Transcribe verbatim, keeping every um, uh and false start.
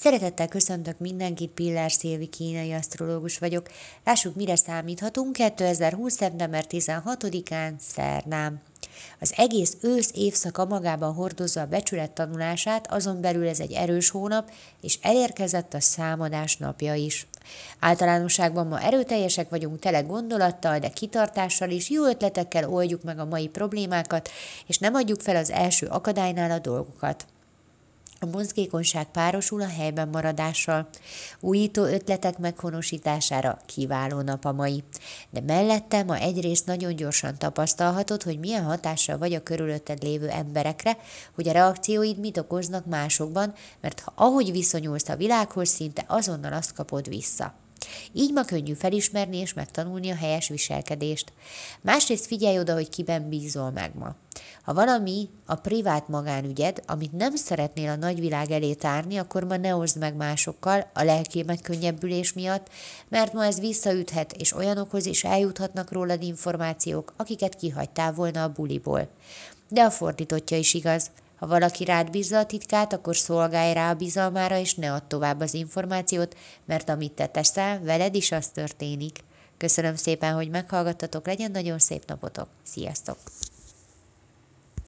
Szeretettel köszöntök mindenkit, Pillár Szilvi kínai asztrológus vagyok. Lássuk, mire számíthatunk kétezer-húsz. szeptember tizenhatodikán, szerdán. Az egész ősz évszaka magában hordozza a becsület tanulását, azon belül ez egy erős hónap, és elérkezett a számadás napja is. Általánosságban ma erőteljesek vagyunk, tele gondolattal, de kitartással is, jó ötletekkel oldjuk meg a mai problémákat, és nem adjuk fel az első akadálynál a dolgokat. A mozgékonyság párosul a helyben maradással, újító ötletek meghonosítására kiváló nap a mai. De mellette ma egyrészt nagyon gyorsan tapasztalhatod, hogy milyen hatással vagy a körülötted lévő emberekre, hogy a reakcióid mit okoznak másokban, mert ha ahogy viszonyulsz a világhoz, szinte azonnal azt kapod vissza. Így ma könnyű felismerni és megtanulni a helyes viselkedést. Másrészt figyelj oda, hogy kiben bízol meg ma. Ha valami a privát magánügyed, amit nem szeretnél a nagyvilág elé tárni, akkor ma ne oszd meg másokkal a lelki megkönnyebbülés miatt, mert ma ez visszaüthet, és olyanokhoz is eljuthatnak rólad információk, akiket kihagytál volna a buliból. De a fordítottja is igaz. Ha valaki rád bízza a titkát, akkor szolgálj rá a bizalmára, és ne add tovább az információt, mert amit te teszel, veled is az történik. Köszönöm szépen, hogy meghallgattatok, legyen nagyon szép napotok. Sziasztok!